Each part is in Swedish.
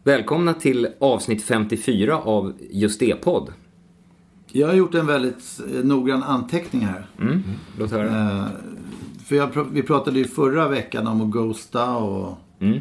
Välkomna till avsnitt 54 av Just det-podd. Jag har gjort en väldigt noggrann anteckning här. Låt höra. För vi pratade ju förra veckan om att ghosta och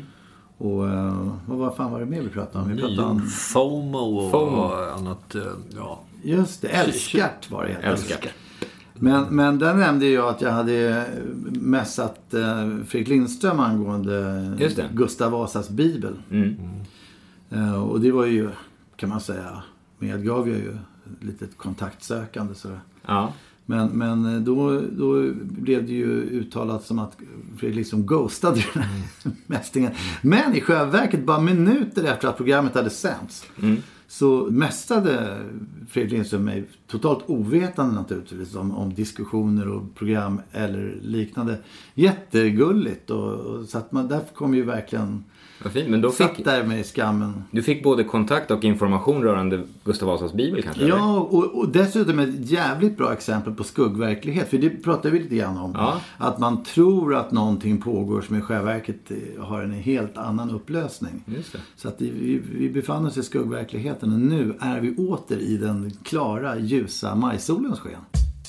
vad fan var det mer vi pratade om? Vi pratade om FOMO och annat. Ja. Just det, älskart var det helt älskart. Men där nämnde jag att jag hade mässat Fredrik Lindström angående Gustav Vasas bibel. Och det var ju, kan man säga, medgav jag ju lite kontaktsökande sådär. Ja. Men då blev det ju uttalat som att Fredrik liksom ghostade den här mästingen. Men i själva verket bara minuter efter att programmet hade sänts så mästade Fredrik Lindström mig totalt ovetande naturligtvis om diskussioner och program eller liknande. Jättegulligt och så att man därför kom ju verkligen fint, men då satt där med skammen. Du fick både kontakt och information rörande Gustav Vasas bibel kanske? Ja, och dessutom ett jävligt bra exempel på skuggverklighet. För det pratar vi lite grann om. Ja. Att man tror att någonting pågår som i själva verket har en helt annan upplösning. Just det. Så att vi befann oss i skuggverkligheten och nu är vi åter i den klara, ljusa majsolens sken.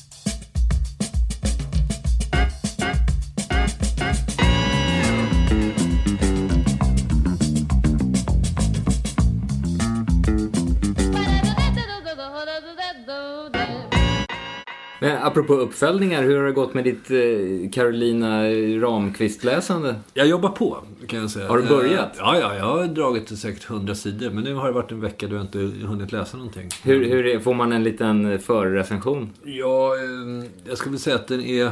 Men apropå uppföljningar, hur har det gått med ditt Carolina Ramqvist-läsande? Jag jobbar på, kan jag säga. Har du börjat? Ja, jag har dragit till säkert 100 sidor. Men nu har det varit en vecka då jag inte hunnit läsa någonting. Hur får man en liten förrecension? Ja, jag skulle säga att den är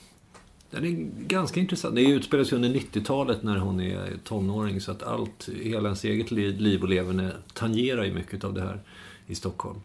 ganska intressant. Det utspelas ju under 90-talet när hon är tonåring. Så att hela ens eget liv och leverne tangerar ju mycket av det här i Stockholm.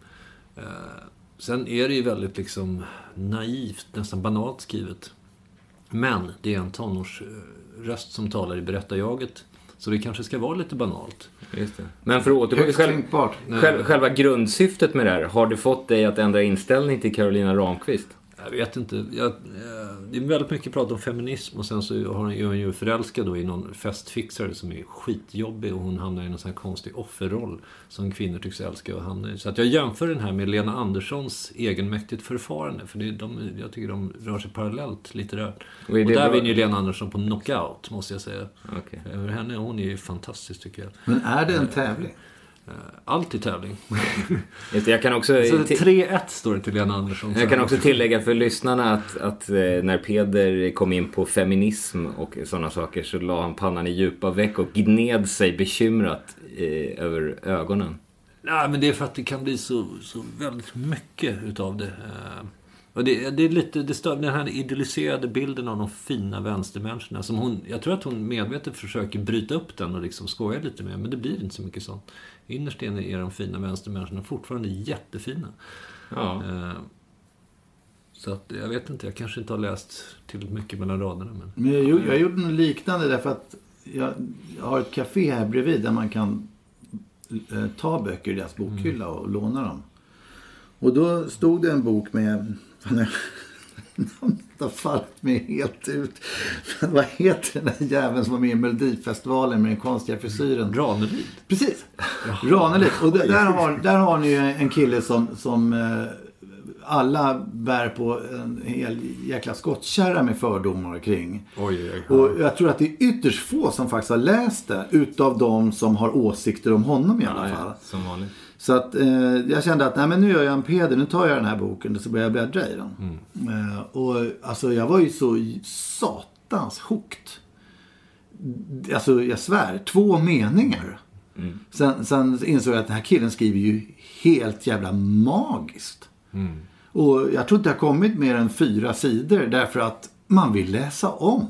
Sen är det ju väldigt liksom naivt, nästan banalt skrivet. Men det är en tonårsröst som talar i berättarjaget. Så det kanske ska vara lite banalt. Just det. Men för att återgå till själva grundsyftet med det här. Har det fått dig att ändra inställning till Carolina Ramqvist? Jag vet inte. Det är väldigt mycket prat om feminism. Och sen så är hon ju förälskad då i någon festfixare som är skitjobbig. Och hon hamnar i någon sån här konstig offerroll som kvinnor tycks älska att hamna i. Så att jag jämför den här med Lena Anderssons egenmäktigt förfarande. För jag tycker de rör sig parallellt lite där. Och där vinner ju Lena Andersson på knockout, måste jag säga. Okay. Hon är ju fantastisk, tycker jag. Men är det en tävling? Alltid tävling. Jag kan också 3-1 står det till Lena Andersson. Jag kan också tillägga för lyssnarna att när Peder kom in på feminism och sådana saker så la han pannan i djupa veck och gned sig bekymrat över ögonen. Nej, men det är för att det kan bli så väldigt mycket utav det. Och det är lite den här idealiserade bilden av de fina vänstermänniskorna som jag tror att hon medvetet försöker bryta upp den och liksom skoja lite med, men det blir inte så mycket sånt. Innerst inne är de fina vänstermänniskorna fortfarande jättefina. Ja. Så att jag vet inte, jag kanske inte har läst tillräckligt mycket mellan raderna. Men jag gjorde något liknande därför att jag har ett café här bredvid där man kan ta böcker i deras bokhylla och låna dem. Och då stod det en bok med de har fallit mig helt ut. Vad heter den där jäveln som var med i Melodifestivalen med den konstiga frisyren? Ranelid. Precis. Ranelid. Och där har ni en kille som alla bär på en hel jäkla skottkärra med fördomar kring. Oj. Och jag tror att det är ytterst få som faktiskt har läst det utav de som har åsikter om honom i alla fall. Ja, som vanligt. Så att jag kände att nu gör jag en Peder, nu tar jag den här boken och så börjar jag bläddra i den. Och alltså jag var ju så satans hooked. Alltså jag svär, 2 meningar. Sen insåg jag att den här killen skriver ju helt jävla magiskt. Och jag tror inte jag har kommit mer än 4 sidor därför att man vill läsa om.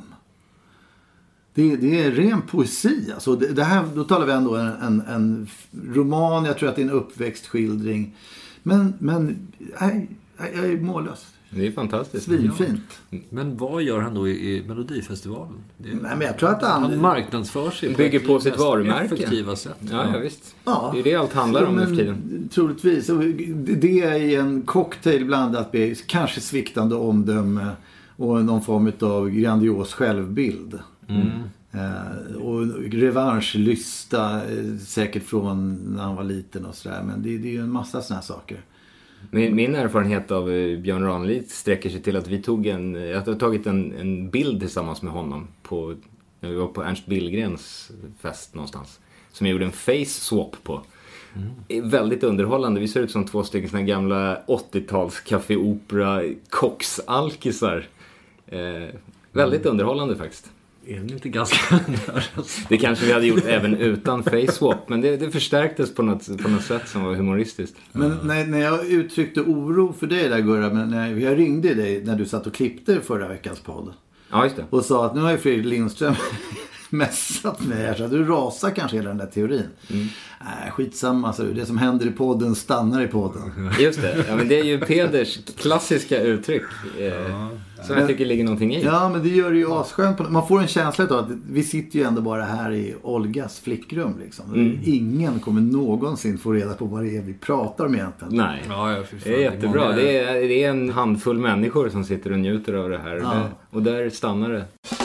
Det är ren poesi. Alltså det här, då talar vi ändå en roman. Jag tror att det är en uppväxtskildring. Men jag är mållös. Det är fantastiskt. Svinfint. Ja. Men vad gör han då i Melodifestivalen? Nej, men jag tror att han marknadsför sig bygger på sitt varumärke. Effektiva sätt. Ja, visst. Ja. Det är det allt handlar om nu för tiden. Troligtvis. Det är en cocktail blandat med kanske sviktande omdöme och någon form av grandios självbild. Och revanschlysta säkert från när han var liten och sådär. Men det är ju en massa såna här saker. Min erfarenhet av Björn Ranelid sträcker sig till att jag har tagit en bild tillsammans med honom när vi var på Ernst Billgrens fest någonstans. Som jag gjorde en face swap på. Väldigt underhållande. Vi ser ut som 2 stycken såna gamla 80-tals café-opera kocksalkisar. Väldigt underhållande faktiskt. Är det inte ganska nära? Det kanske vi hade gjort även utan face swap, men det förstärktes på något sätt som var humoristiskt. Men när jag uttryckte oro för dig där, Gurra, men när jag ringde dig när du satt och klippte förra veckans podd. Ja, just det. Och sa att nu har ju Fredrik Lindström mässat med här, så att du rasar kanske hela den där teorin. Skitsamma, så det som händer i podden stannar i podden. Just det, ja, men det är ju Peders klassiska uttryck som jag tycker ligger någonting i. Ja, men det gör det ju asskönt. Man får en känsla av att vi sitter ju ändå bara här i Olgas flickrum liksom. Ingen kommer någonsin få reda på vad det är vi pratar om egentligen. Nej, det är jättebra. Det är en handfull människor som sitter och njuter av det här. Ja. Och där stannar det.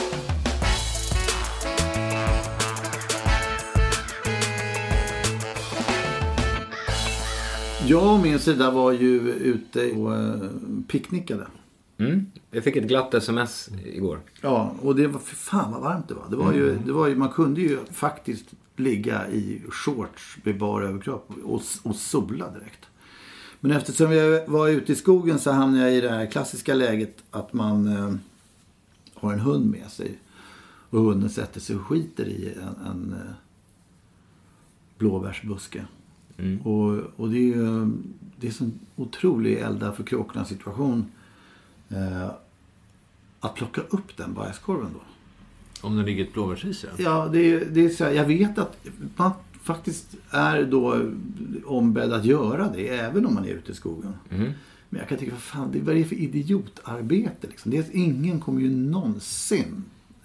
Jag och min sida var ju ute och picknickade. Jag fick ett glatt sms igår. Ja, och det var för fan vad varmt det var. Det var ju man kunde ju faktiskt ligga i shorts med bara överkropp och sola direkt. Men eftersom jag var ute i skogen så hamnade jag i det här klassiska läget att man har en hund med sig. Och hunden sätter sig och skiter i en blåbärsbuske. Och det är en otrolig elda för kråkorna situation att plocka upp den bajskorven då. Om det ligger ett blåbärsris, ja. Ja, det är så här, jag vet att man faktiskt är då ombedd att göra det även om man är ute i skogen. Men jag kan tycka, vad är det för idiotarbete liksom? Ingen kommer ju någonsin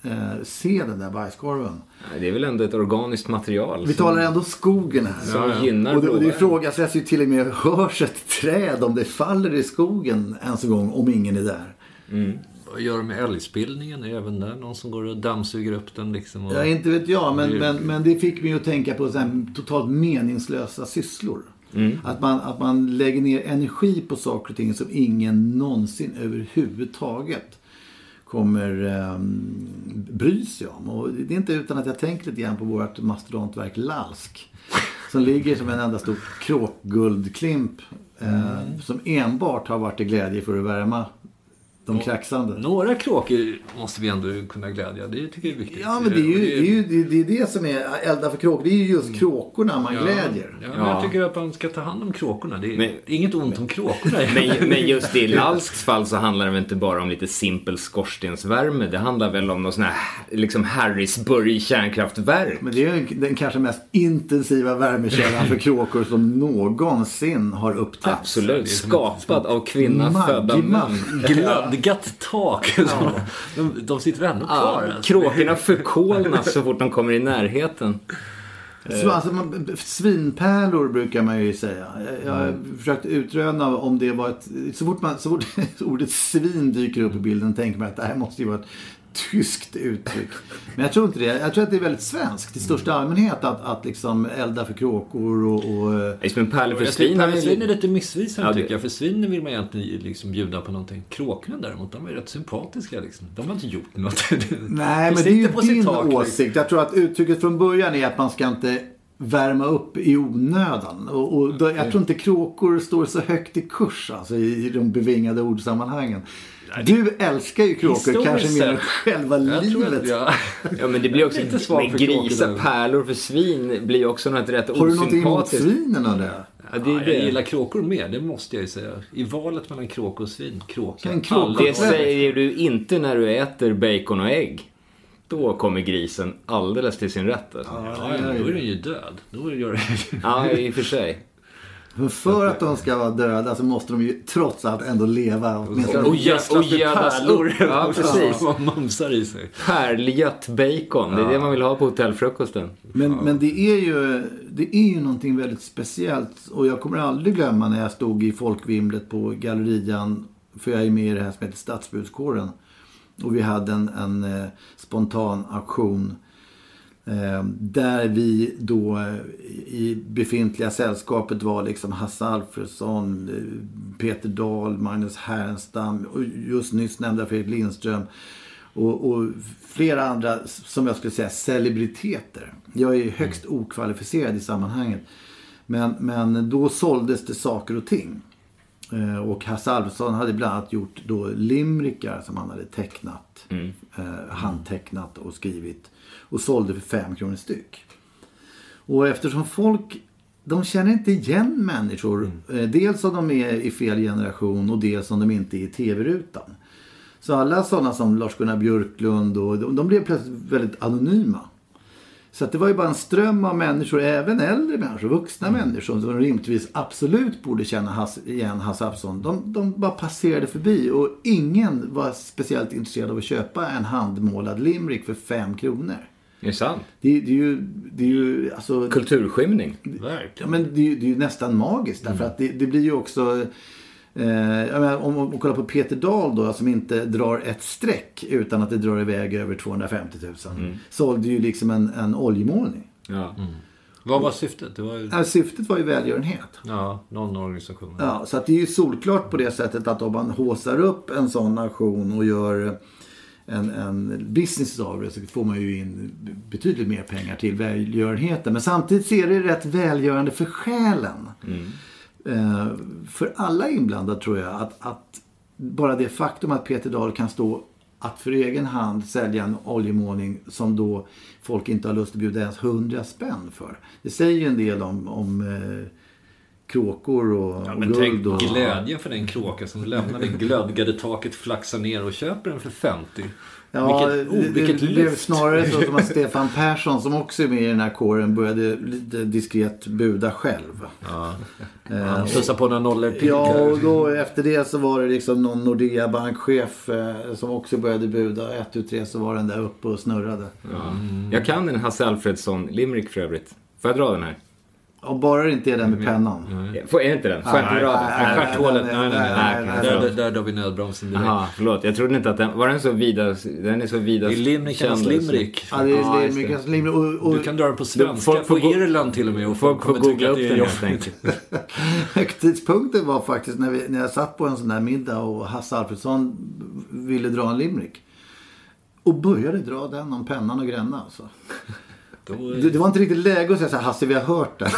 se den där bajskorven. Det är väl ändå ett organiskt material. Vi talar ändå skogen här. Som gynnar och det ifrågasätts ju till och med, hörs ett träd om det faller i skogen ens en gång om ingen är där. Vad gör de med älgspillningen? Är det även där någon som går och dammsuger upp den liksom? Och... Ja, inte vet jag, men det fick mig att tänka på så här totalt meningslösa sysslor. Att man lägger ner energi på saker och ting som ingen någonsin överhuvudtaget kommer bry sig om. Och det är inte utan att jag tänker lite grann på vårt mastodontverk Lalsk. Som ligger som en enda stor kråkguldklimp. Som enbart har varit till glädje för att värma de kraxande. Några kråkor måste vi ändå kunna glädja. Det tycker jag är viktigt. Ja, men det är det som är elda för kråkor. Det är ju just kråkorna man glädjer. Ja, men jag tycker att man ska ta hand om kråkorna. Det är inget ont om kråkorna. Men just i Lalsks fall så handlar det väl inte bara om lite simpel skorstensvärme. Det handlar väl om någon sån här liksom Harrisburg kärnkraftverk. Men det är den kanske mest intensiva värmekällan för kråkor som någonsin har upptäckts. Absolut, skapad av kvinna födda män. Glödgat tak. Ja. De sitter ändå kvar. Kråkorna förkolnas så fort de kommer i närheten. Så, alltså, svinpärlor brukar man ju säga. Jag har försökt utröna om det var så fort ordet svin dyker upp i bilden tänker man att det här måste ju vara ett tyskt uttryck. Men jag tror inte det. Jag tror att det är väldigt svenskt i största allmänhet att liksom elda för kråkor och pärlor för svin. Svin är lite missvisande tycker jag. För svinen vill man egentligen liksom bjuda på någonting. Kråkorna däremot, de är rätt sympatiska liksom. De har inte gjort något. Nej, men det är ju din åsikt. Jag tror att uttrycket från början är att man ska inte värma upp i onödan. Och jag tror inte kråkor står så högt i kurs alltså, i de bevingade ordsammanhangen. Du älskar ju kråkor kanske mer än själva livet. Ja, men det blir också med grisar, pärlor för svin blir också något rätt osympatiskt. Har du någonting emot svinen av det? Jag gillar kråkor mer, det måste jag ju säga. I valet mellan kråkor och svin, Det säger du inte när du äter bacon och ägg. Då kommer grisen alldeles till sin rätt. Alltså. Då är den ju död. Ja, i och för sig. För att de ska vara döda så måste de ju trots allt ändå leva. Och gödas upp. Ja, precis. Man mumsar i sig. Pärlgött bacon, det är det man vill ha på hotellfrukosten. Men det är ju någonting väldigt speciellt. Och jag kommer aldrig glömma när jag stod i folkvimlet på Gallerian. För jag är med i det här som heter Stadsbudskåren. Och vi hade en spontan aktion Där vi då i befintliga sällskapet var liksom Hasse Alfredson, Peter Dahl, Magnus Härenstam och just nyss nämnda Fredrik Lindström och flera andra som jag skulle säga celebriteter. Jag är högst okvalificerad i sammanhanget. Men då såldes det saker och ting. Och Hasse Alfredson hade bland annat gjort då limerickar som han hade tecknat, handtecknat och skrivit och sålde för 5 kronor styck. Och eftersom folk, de känner inte igen människor, dels om de är i fel generation och dels om de inte är i tv-rutan. Så alla sådana som Lars-Gunnar Björklund och de blev plötsligt väldigt anonyma. Så att det var ju bara en ström av människor, även äldre människor, vuxna människor som rimligtvis absolut borde känna igen Hasse Alfredson. De bara passerade förbi och ingen var speciellt intresserad av att köpa en handmålad limerick för 5 kronor. Det är sant. Det är ju alltså, kulturskymning. Ja, men det är ju nästan magiskt därför att det blir ju också om man kollar på Peter Dahl då, som inte drar ett streck utan att det drar iväg över 250 000 sålde ju liksom en oljemålning. Ja. Vad var syftet? Det var ju... syftet var ju välgörenhet. Ja, någon organisation. Ja, så att det är ju solklart på det sättet att om man håsar upp en sån aktion och gör en business av det så får man ju in betydligt mer pengar till välgörenheten. Men samtidigt så är det rätt välgörande för själen. För alla inblandade tror jag att bara det faktum att Peter Dahl kan stå att för egen hand sälja en oljemålning som då folk inte har lust att bjuda ens 100 spänn för. Det säger ju en del om kråkor och guld. Och glädje för den kråka som lämnar det glödgade taket, flaxar ner och köper den för 50. Ja, vilket det blev snarare så som att Stefan Persson som också är med i den här kåren började lite diskret buda själv. Ja. Han slussade på några nollor till. Ja, och då efter det så var det liksom någon Nordea bankchef som också började buda. 1, 2, 3 så var den där uppe och snurrade. Ja. Jag kan en Hasse Alfredson limerick för övrigt. Får jag dra den här? Och bara det inte är den med pennan. Är inte den? Får jag inte dra den? Stjärthålet? Nej. Där har vi nödbromsen direkt. Jaha, förlåt. Jag trodde inte att den... Var den så vida... Den är så vida... Det är limrickarnas limerick. Ja, det är limrickarnas limerick. Du kan dra den på svenska. På Irland till och med. Och folk får googla upp den helt enkelt. Högtidspunkten var faktiskt när jag satt på en sån där middag och Hasse Alfredson ville dra en limerick. Och började dra den om pennan och gränna alltså. Det var inte riktigt läge att säga så här, Hasse, vi har hört den.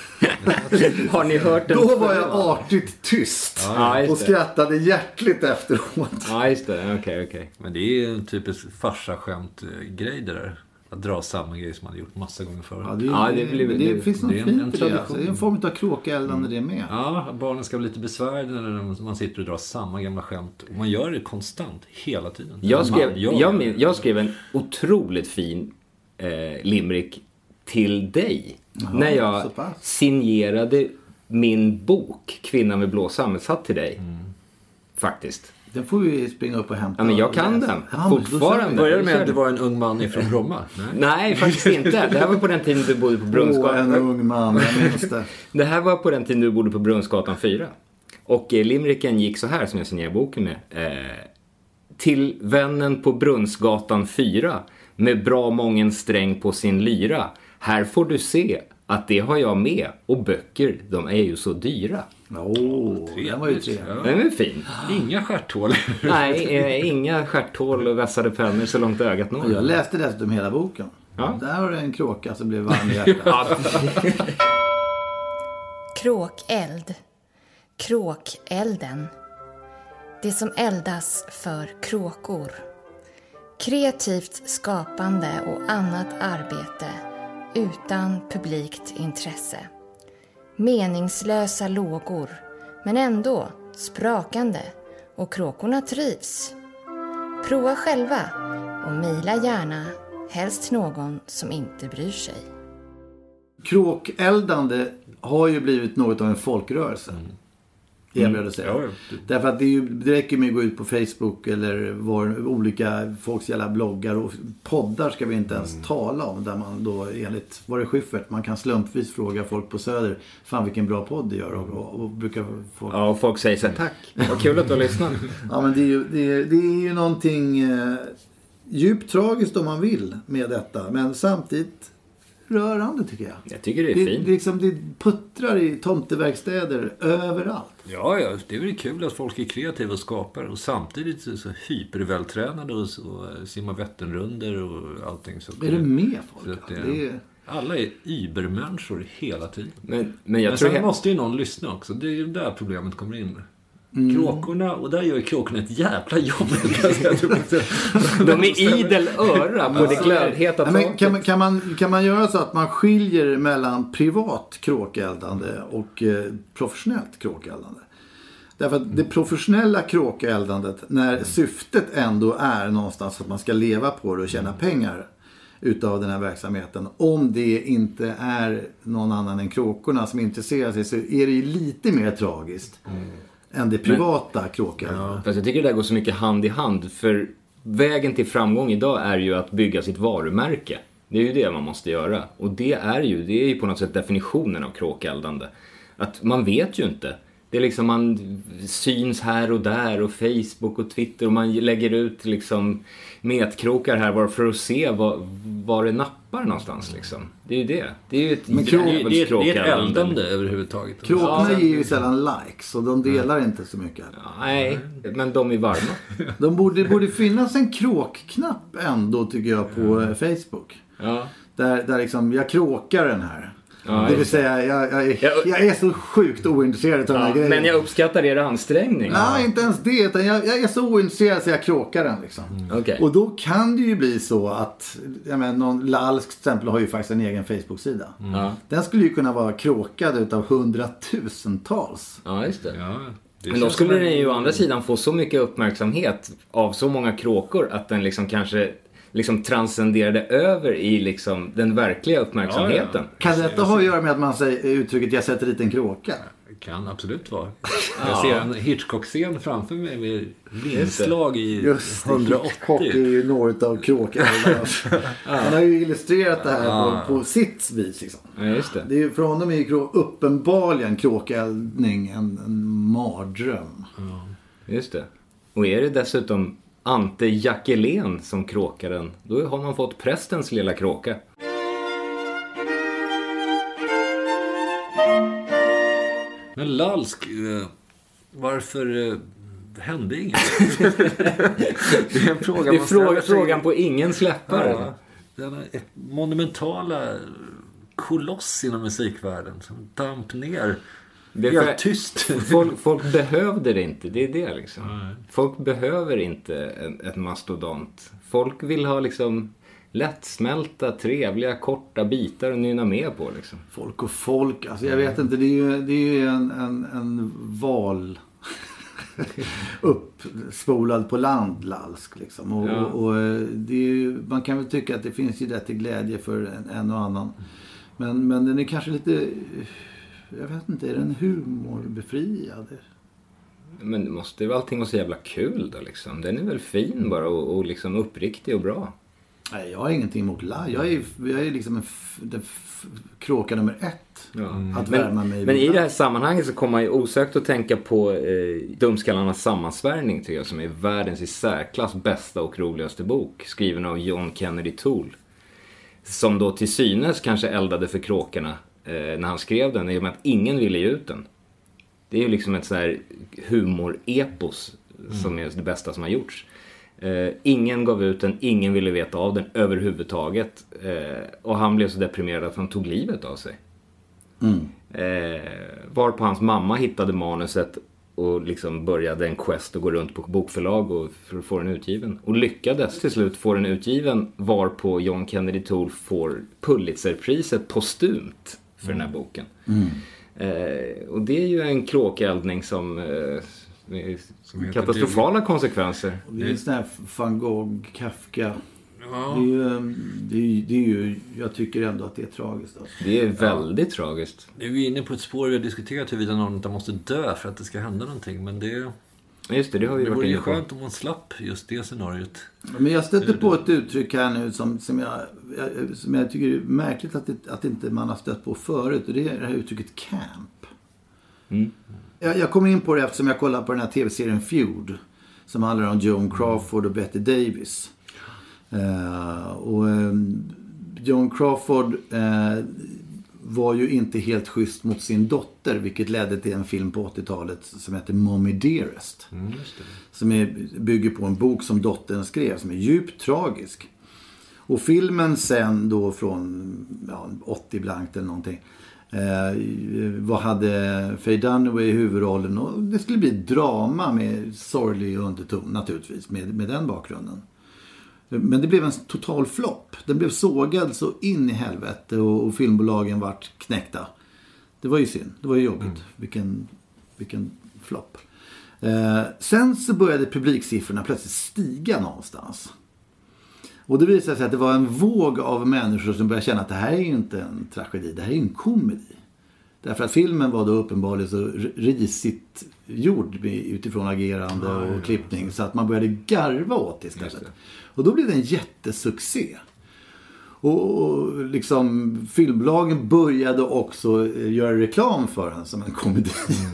Har ni hört den? Då var jag artigt tyst och skrattade hjärtligt efteråt. Ja, just det. Okej. Men det är en typisk farsaskämt-grej det där. Att dra samma grej som man har gjort massa gånger förut. Det finns något fint i det. Alltså. Det är en form av kråkeldande det med. Ja, barnen ska bli lite besvärade när man sitter och drar samma gamla skämt. Och man gör det konstant, hela tiden. Jag skrev en otroligt fin limerick till dig. Jaha, när jag signerade min bok Kvinnan med blå sammetshatt till dig. Faktiskt. Den får vi springa upp och hämta. Ja, men jag kan den. Fortfarande. Började med att du var en ung man ifrån Bromma? Nej, faktiskt inte. Det här var på den tiden du bodde på Brunnsgatan. En ung man, jag minns det. Det här var på den tiden du bodde på Brunnsgatan 4. Och limericken gick så här som jag signerade boken med. Till vännen på Brunnsgatan 4 med bra mången sträng på sin lyra. Här får du se att det har jag med. Och böcker, de är ju så dyra. Den var ju trevlig. Den är fin. Inga stjärthål. Nej, inga stjärthål och vässade pennor så långt ögat når. Jag läste dessutom hela boken. Ja. Där har det en kråka som blev varm i hjärtat. Kråkeld. Kråkelden. Det som eldas för kråkor. Kreativt skapande och annat arbete utan publikt intresse. Meningslösa lågor, men ändå sprakande, och kråkorna trivs. Prova själva och mejla gärna, helst någon som inte bryr sig. Kråkeldande har ju blivit något av en folkrörelse. Därför att det räcker med att gå ut på Facebook eller olika folks jävla bloggar och poddar ska vi inte ens tala om, där man då enligt Schyffert, man kan slumpvis fråga folk på Söder, fan vilken bra podd det gör, och brukar folk... Ja, och folk säger så här, tack, vad kul att du har lyssnat. Ja, men det är ju någonting djupt tragiskt om man vill med detta. Men samtidigt rörande tycker jag. Jag tycker det är fint. Det puttrar i tomteverkstäder överallt. Ja, det är väl kul att folk är kreativa och skapar. Och samtidigt så hypervältränade och simmar Vätternrundor och allting. Så är det med folk? Alla är übermänniskor hela tiden. Men sen måste ju någon lyssna också. Det är ju där problemet kommer in. Kråkorna, och där gör kråkorna ett jävla jobb. De är idel öra på det glödheta taket. Kan man göra så att man skiljer mellan privat kråkeldande och professionellt kråkeldande? Därför att det professionella kråkeldandet, när syftet ändå är någonstans att man ska leva på det och tjäna pengar utav den här verksamheten. Om det inte är någon annan än kråkorna som intresserar sig, så är det ju lite mer tragiskt än det privata kråkeldandet. Fast jag tycker det där går så mycket hand i hand. För vägen till framgång idag är ju att bygga sitt varumärke. Det är ju det man måste göra. Och det är ju på något sätt definitionen av kråkeldande. Att man vet ju inte. Det är liksom, man syns här och där och Facebook och Twitter och man lägger ut liksom metkrokar här bara för att se var det nappar någonstans liksom. Det är ju det. Det är ju ett det är ett eldande överhuvudtaget. Kråkorna ger ju sällan likes och de delar inte så mycket. Nej, men de är varma. Det borde finnas en kråkknapp ändå tycker jag på Facebook. Ja. Där liksom, jag kråkar den här. Ja, det vill säga, jag är så sjukt ointresserad av den här grejen. Men jag uppskattar er ansträngning. Nej, inte ens det. Utan jag är så ointresserad så jag kråkar den liksom. Okay. Och då kan det ju bli så att, jag menar, någon Lalsk till exempel har ju faktiskt en egen Facebook-sida. Den skulle ju kunna vara kråkad utav 100,000-tals. Ja, just det. Ja. Men då skulle den ju å andra sidan få så mycket uppmärksamhet av så många kråkor att den liksom kanske liksom transcenderade över i liksom den verkliga uppmärksamheten. Ja. Kan detta ha att göra med att man säger uttrycket jag sätter dit en kråka? Det kan absolut vara. Jag ser en Hitchcock-scen framför mig med vindslag i 180. Hitchcock är ju några av kråkorna. Han har ju illustrerat det här på sitt vis. Liksom. Ja, just det. Det är, för honom är ju uppenbarligen kråkeldning en mardröm. Ja. Just det. Och är det dessutom Ante Jackelén som kråkaren, då har man fått prästens lilla kråka. Men Lalsk, varför hände inget? Det är en fråga. Det är frågan på ingen släppare. Ja, denna monumentala koloss inom musikvärlden som damp ner. Det är helt tyst. Folk behövde det inte, det är det liksom. Folk behöver inte ett mastodont. Folk vill ha liksom lättsmälta, trevliga, korta bitar och nynna med på liksom. Folk och folk, alltså jag vet inte, det är ju en val uppspolad på land, Lalsk liksom. Och det är ju, man kan väl tycka att det finns ju rätt till glädje för en och annan. Men den är kanske lite, jag vet inte, är den humorbefriad? Men det måste ju allting vara så jävla kul då liksom. Den är väl fin bara och liksom uppriktig och bra. Nej, jag har ingenting emot jag är liksom kråka nummer 1. Att värma mig. Men i det här sammanhanget så kommer man ju osökt att tänka på Dumskallarnas sammansvärjning tycker jag, som är världens i särklass bästa och roligaste bok, skriven av John Kennedy Toole. Som då till synes kanske eldade för kråkorna när han skrev den, i och med att ingen ville ge ut den. Det är ju liksom ett så här humor-epos som är det bästa som har gjorts. Ingen gav ut den, ingen ville veta av den överhuvudtaget. Och han blev så deprimerad att han tog livet av sig. Varpå hans mamma hittade manuset och liksom började en quest att gå runt på bokförlag och för att få den utgiven. Och lyckades till slut få den utgiven, varpå John Kennedy Toole får Pulitzerpriset postumt för den här boken. Och det är ju en kråkeldning som katastrofala konsekvenser. Det är en sån här Van Gogh, Kafka. Ja. Det är ju, jag tycker ändå att det är tragiskt. Alltså. Det är väldigt tragiskt. Nu är vi inne på ett spår vi har diskuterat huruvida någon inte måste dö för att det ska hända någonting. Men det just det har vi varit inne på. Det vore ju skönt om man slapp just det scenariot. Men jag stötte på ett uttryck här nu som jag tycker är märkligt att inte man har stött på förut. Och det är det här uttrycket camp. Jag kom in på det eftersom jag kollade på den här tv-serien Feud. Som handlar om Joan Crawford och Bette Davis. Och Joan Crawford var ju inte helt schysst mot sin dotter, vilket ledde till en film på 80-talet som heter Mommy Dearest. Just det. Som bygger på en bok som dottern skrev, som är djupt tragisk. Och filmen sen då från 80 blankt eller någonting, hade Faye Dunaway i huvudrollen, och det skulle bli drama med sorglig underton naturligtvis med den bakgrunden. Men det blev en total flopp. Den blev sågad så in i helvete och filmbolagen vart knäckta. Det var ju synd. Det var ju jobbigt. Vilken flopp. Sen så började publiksiffrorna plötsligt stiga någonstans. Och det visade sig att det var en våg av människor som började känna att det här är ju inte en tragedi. Det här är en komedi. Därför att filmen var då uppenbarligen så risigt gjord utifrån agerande och klippning. Så att man började garva åt det istället. Och då blev det en jättesuccé. Och liksom filmbolagen började också göra reklam för den som en komedi.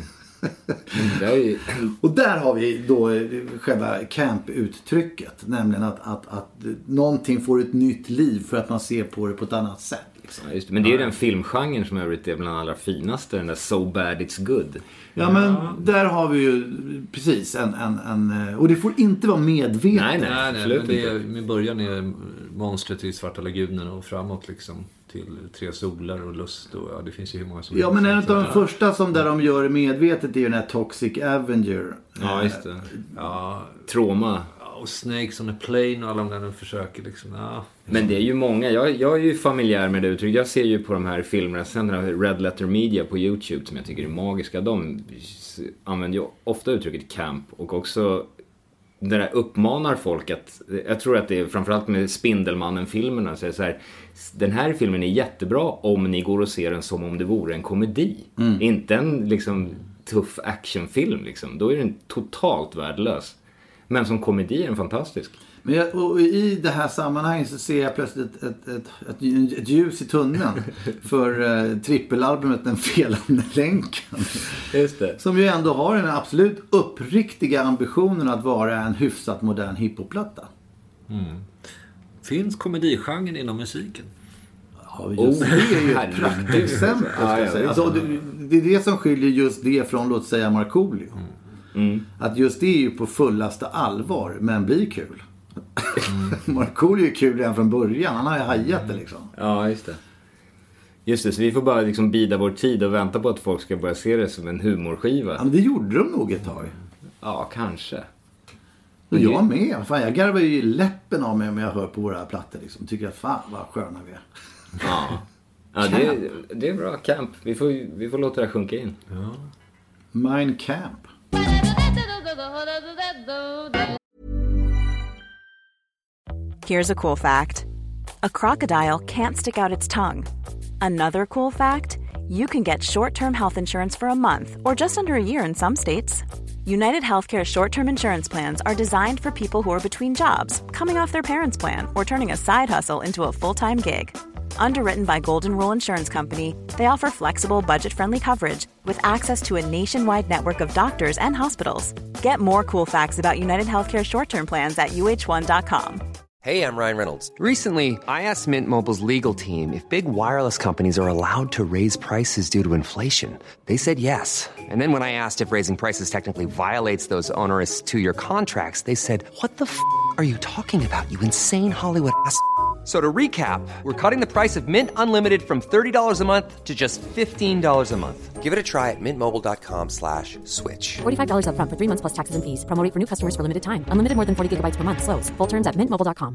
Och där har vi då själva camp-uttrycket. Nämligen att någonting får ett nytt liv för att man ser på det på ett annat sätt. Liksom. Ja, just det. Men det är ju den filmgenren som övrigt är bland allra finaste. Den där So Bad It's Good. Ja, men där har vi ju precis en och det får inte vara medvetet. Nej, men det är, med början är monstret i Svarta lagunen och framåt liksom till Tre solar och Lust och det finns ju hur många som... Ja, men en av de första som där de gör medvetet är ju den här Toxic Avenger. Ja, just det. Ja, Trauma. och Snakes on a Plane och alla de där de försöker liksom, Men det är ju många, jag är ju familjär med det uttryck. Jag ser ju på de här filmerna, sen Red Letter Media på YouTube som jag tycker är magiska. De använder ju ofta uttrycket camp och också det där uppmanar folk att, jag tror att det är framförallt med Spindelmannen-filmerna så är det så här, den här filmen är jättebra om ni går och ser den som om det vore en komedi. Inte en liksom tuff actionfilm liksom. Då är den totalt värdelös. Men som komedi är den fantastisk. Men och i det här sammanhanget så ser jag plötsligt ett ljus i tunneln för trippelalbumet Den felande länken. Just det. Som ju ändå har den absolut uppriktiga ambitionen att vara en hyfsat modern hiphopplatta. Finns komedigenren inom musiken? Ja, just det är ju ett praktexempel. Det är det som skiljer just det från, låt säga, Markoolio. Att just det är ju på fullaste allvar, men blir kul. Markoolio är kul redan från början. Han har ju hajat det liksom. Ja, just det. Just det, så vi får bara liksom bida vår tid och vänta på att folk ska börja se det som en humorskiva. Ja, men det gjorde de nog ett tag. Ja, kanske. Och jag med. Fan, jag garvar ju läppen av mig om jag hör på våra plattor liksom. Tycker att fan vad sköna vi är. Ja, det är bra. Camp. Vi får låta det sjunka in. Ja. Mein Camp. Here's a cool fact. A crocodile can't stick out its tongue. Another cool fact, you can get short-term health insurance for a month or just under a year in some states. United Healthcare short-term insurance plans are designed for people who are between jobs, coming off their parents' plan, or turning a side hustle into a full-time gig. Underwritten by Golden Rule Insurance Company, they offer flexible, budget-friendly coverage with access to a nationwide network of doctors and hospitals. Get more cool facts about United Healthcare short-term plans at uh1.com. Hey, I'm Ryan Reynolds. Recently, I asked Mint Mobile's legal team if big wireless companies are allowed to raise prices due to inflation. They said yes. And then when I asked if raising prices technically violates those onerous two-year contracts, they said, "What the f*** are you talking about, you insane Hollywood ass?" So to recap, we're cutting the price of Mint Unlimited from $30 a month to just $15 a month. Give it a try at mintmobile.com/switch. $45 up front for 3 months plus taxes and fees. Promo rate for new customers for limited time. Unlimited more than 40 gigabytes per month. Slows full terms at mintmobile.com.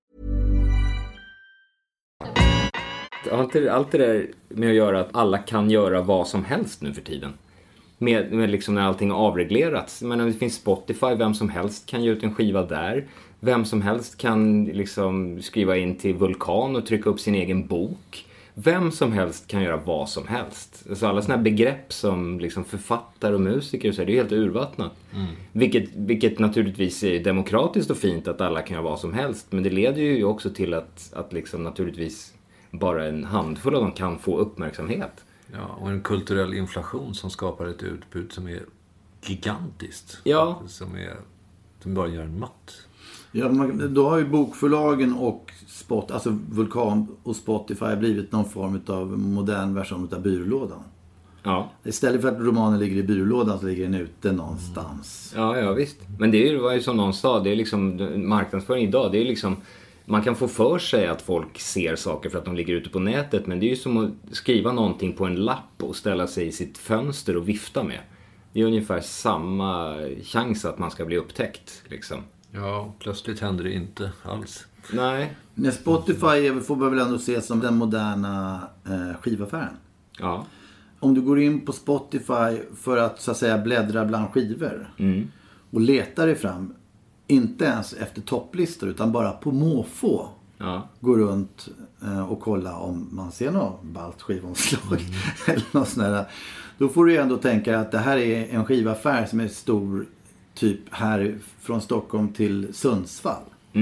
Allt det där med att göra att alla kan göra vad som helst nu för tiden. Med liksom när allting har avreglerats. Men det finns Spotify, vem som helst kan ge ut en skiva där. Vem som helst kan liksom skriva in till Vulkan och trycka upp sin egen bok. Vem som helst kan göra vad som helst. Alltså alla såna här begrepp som liksom författare och musiker och så, det är helt urvattnat. Vilket naturligtvis är demokratiskt och fint att alla kan göra vad som helst. Men det leder ju också till att liksom naturligtvis bara en handfull av dem kan få uppmärksamhet. Ja, och en kulturell inflation som skapar ett utbud som är gigantiskt. Ja. Som bara gör en matt. Ja, då har ju bokförlagen och alltså Vulkan och Spotify blivit någon form av modern version av byrålådan. Ja. Istället för att romanen ligger i byrålådan så ligger den ute någonstans. Ja, visst. Men det var ju som någon sa, det är liksom marknadsföring idag, det är liksom, man kan få för sig att folk ser saker för att de ligger ute på nätet, men det är ju som att skriva någonting på en lapp och ställa sig i sitt fönster och vifta med. Det är ungefär samma chans att man ska bli upptäckt liksom. Ja, plötsligt händer det inte alls. Nej. Men Spotify får man väl ändå se som den moderna skivaffären. Ja. Om du går in på Spotify för att så att säga bläddra bland skivor och letar dig fram, inte ens efter topplistor utan bara på måfå, gå runt och kolla om man ser något ballt skivomslag eller något sånt där. Då får du ju ändå tänka att det här är en skivaffär som är stor, typ här från Stockholm till Sundsvall.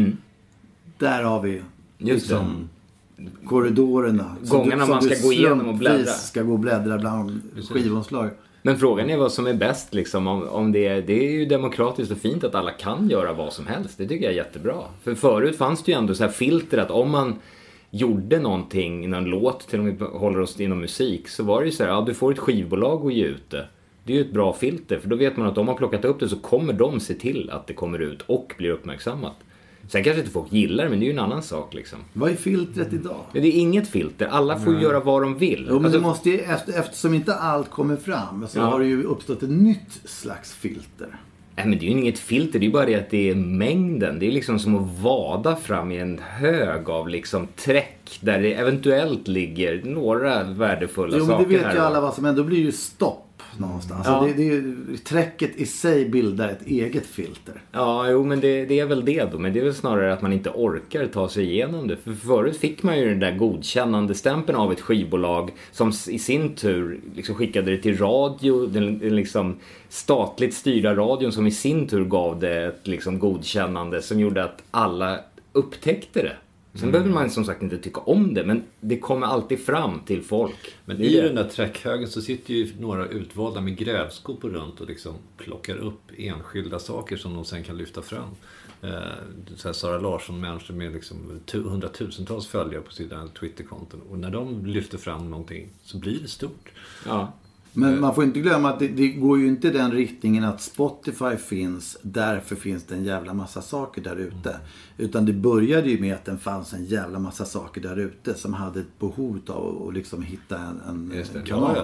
Där har vi liksom korridorerna. Gångarna man ska gå igenom och bläddra. Ska gå och bläddra bland skivomslag. Men frågan är vad som är bäst liksom, om det är ju demokratiskt och fint att alla kan göra vad som helst. Det tycker jag är jättebra. För förut fanns det ju ändå så här filter att om man gjorde någonting, någon låt, till och med håller oss inom musik, så var det ju så här, ja, du får ett skivbolag att ge ut det. Det är ju ett bra filter, för då vet man att om man plockat upp det så kommer de se till att det kommer ut och blir uppmärksammat. Sen kanske inte folk gillar det, men det är ju en annan sak liksom. Vad är filtret idag? Ja, det är inget filter. Alla får göra vad de vill. Jo, men det måste ju, eftersom inte allt kommer fram så har det ju uppstått ett nytt slags filter. Nej, men det är ju inget filter. Det är ju bara det att det är mängden. Det är liksom som att vada fram i en hög av liksom träck där det eventuellt ligger några värdefulla saker. Jo, men det vet ju här. alla vad som händer. Då blir det ju stopp någonstans. Ja. Alltså träcket i sig bildar ett eget filter. Ja, jo, men det är väl det då. Men det är väl snarare att man inte orkar ta sig igenom det. För förut fick man ju den där godkännande stämpeln av ett skivbolag som i sin tur liksom skickade det till radio. Den liksom statligt styrda radion som i sin tur gav det ett liksom godkännande som gjorde att alla upptäckte det. Sen behöver man som sagt inte tycka om det, men det kommer alltid fram till folk. Men i den där träckhögen så sitter ju några utvalda med grävskopor runt och liksom plockar upp enskilda saker som de sen kan lyfta fram. Så här Sara Larsson-människor med liksom hundratusentals följare på sina Twitterkonton. Och när de lyfter fram någonting så blir det stort. Ja. Men man får inte glömma att det går ju inte den riktningen att Spotify finns, därför finns det en jävla massa saker där ute. Utan det började ju med att det fanns en jävla massa saker där ute som hade ett behov av att liksom hitta en kanal.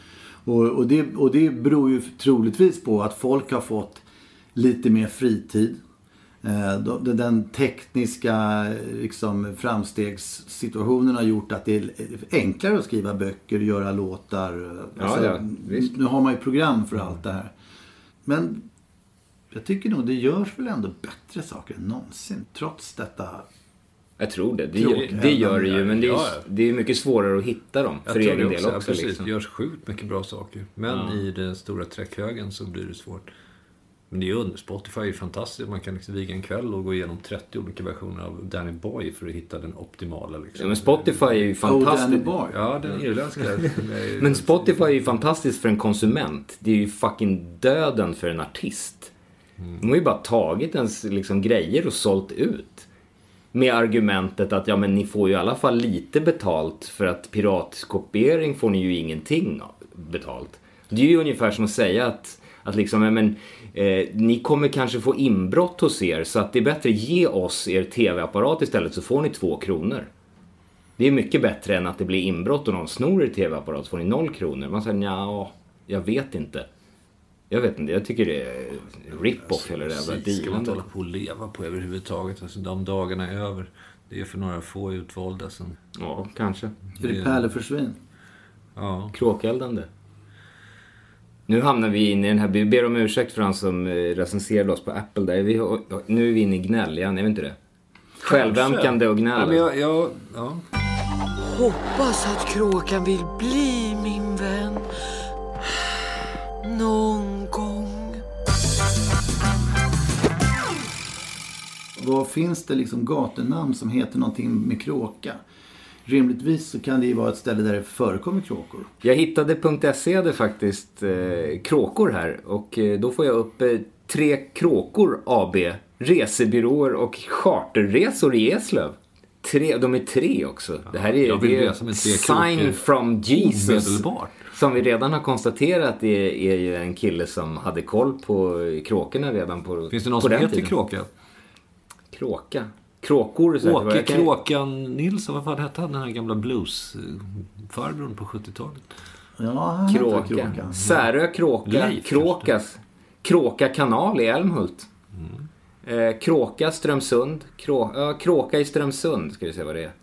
Och det beror ju troligtvis på att folk har fått lite mer fritid. Den tekniska liksom, framstegssituationen har gjort att det är enklare att skriva böcker, göra låtar. Nu har man ju program för allt det här. Men jag tycker nog det görs väl ändå bättre saker än någonsin. Trots detta. Jag tror det. Det gör det ju. Men det är mycket svårare att hitta dem. För egen del också. Precis, liksom. det görs sjukt mycket bra saker. Men i den stora träckhögen så blir det svårt. Men det är ju Spotify är fantastiskt. Man kan liksom viga en kväll och gå igenom 30 olika versioner av Danny Boy för att hitta den optimala. Liksom. Ja, men Spotify är ju fantastiskt. Danny Boy. Ja, den irländska. Men Spotify är ju fantastiskt för en konsument. Det är ju fucking döden för en artist. De har ju bara tagit ens liksom, grejer och sålt ut. Med argumentet att ja, men ni får ju i alla fall lite betalt för att piratkopiering får ni ju ingenting betalt. Det är ju ungefär som att säga att liksom, ni kommer kanske få inbrott hos er så att det är bättre ge oss er tv-apparat istället så får ni 2 kronor. Det är mycket bättre än att det blir inbrott och någon snor er tv-apparat så får ni 0 kronor. Man säger ja, jag vet inte. Jag tycker det är rip-off hela det här. Det ska man inte hålla på att leva på överhuvudtaget. Alltså, de dagarna är över. Det är för några få utvalda som... Ja, kanske. Är det pärleförsvinn? Ja. Kråkeldande. Nu hamnar vi in i den här... Vi ber om ursäkt för han som recenserade oss på Apple. Där. Nu är vi inne i gnäll igen, är vi inte det? Självömkande och gnäll. Ja. Hoppas att kråkan vill bli min vän. Någon gång. Vad finns det liksom gatunamn som heter någonting med kråka? Rimligtvis så kan det ju vara ett ställe där det förekommer kråkor. Jag hittade .se hade faktiskt kråkor här. Och då får jag upp 3 Kråkor AB, resebyråer och charterresor i Eslöv. De är 3 också. Det här är, sign from Jesus. Som vi redan har konstaterat är ju en kille som hade koll på kråkorna redan på. Finns det någon som heter Kråka? Kråka. Kråkor. Åke Kråkan Nilsson, vad fan hette han, den här gamla bluesfarbrorn på 70-talet? Ja, Kråka. Särö Kråka. Kråkas. Kråka kanal i Älmhult. Kråka Strömsund. Kråka i Strömsund, ska vi se vad det är.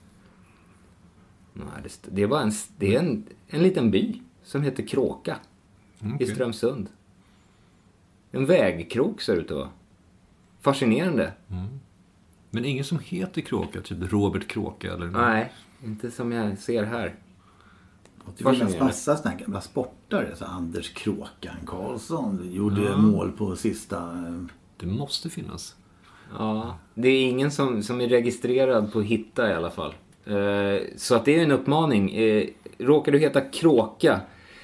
Nej, det är en liten by som heter Kråka i Strömsund. En vägkrok ser det ut att vara. Fascinerande. Men ingen som heter Kråka, typ Robert Kråka eller något? Nej, inte som jag ser här. Det finns massa sådana här gamla sportare. Så Anders Kråkan Karlsson gjorde mål på sista. Det måste finnas. Ja, det är ingen som är registrerad på Hitta i alla fall. Så att det är en uppmaning. Råkar du heta Kråka,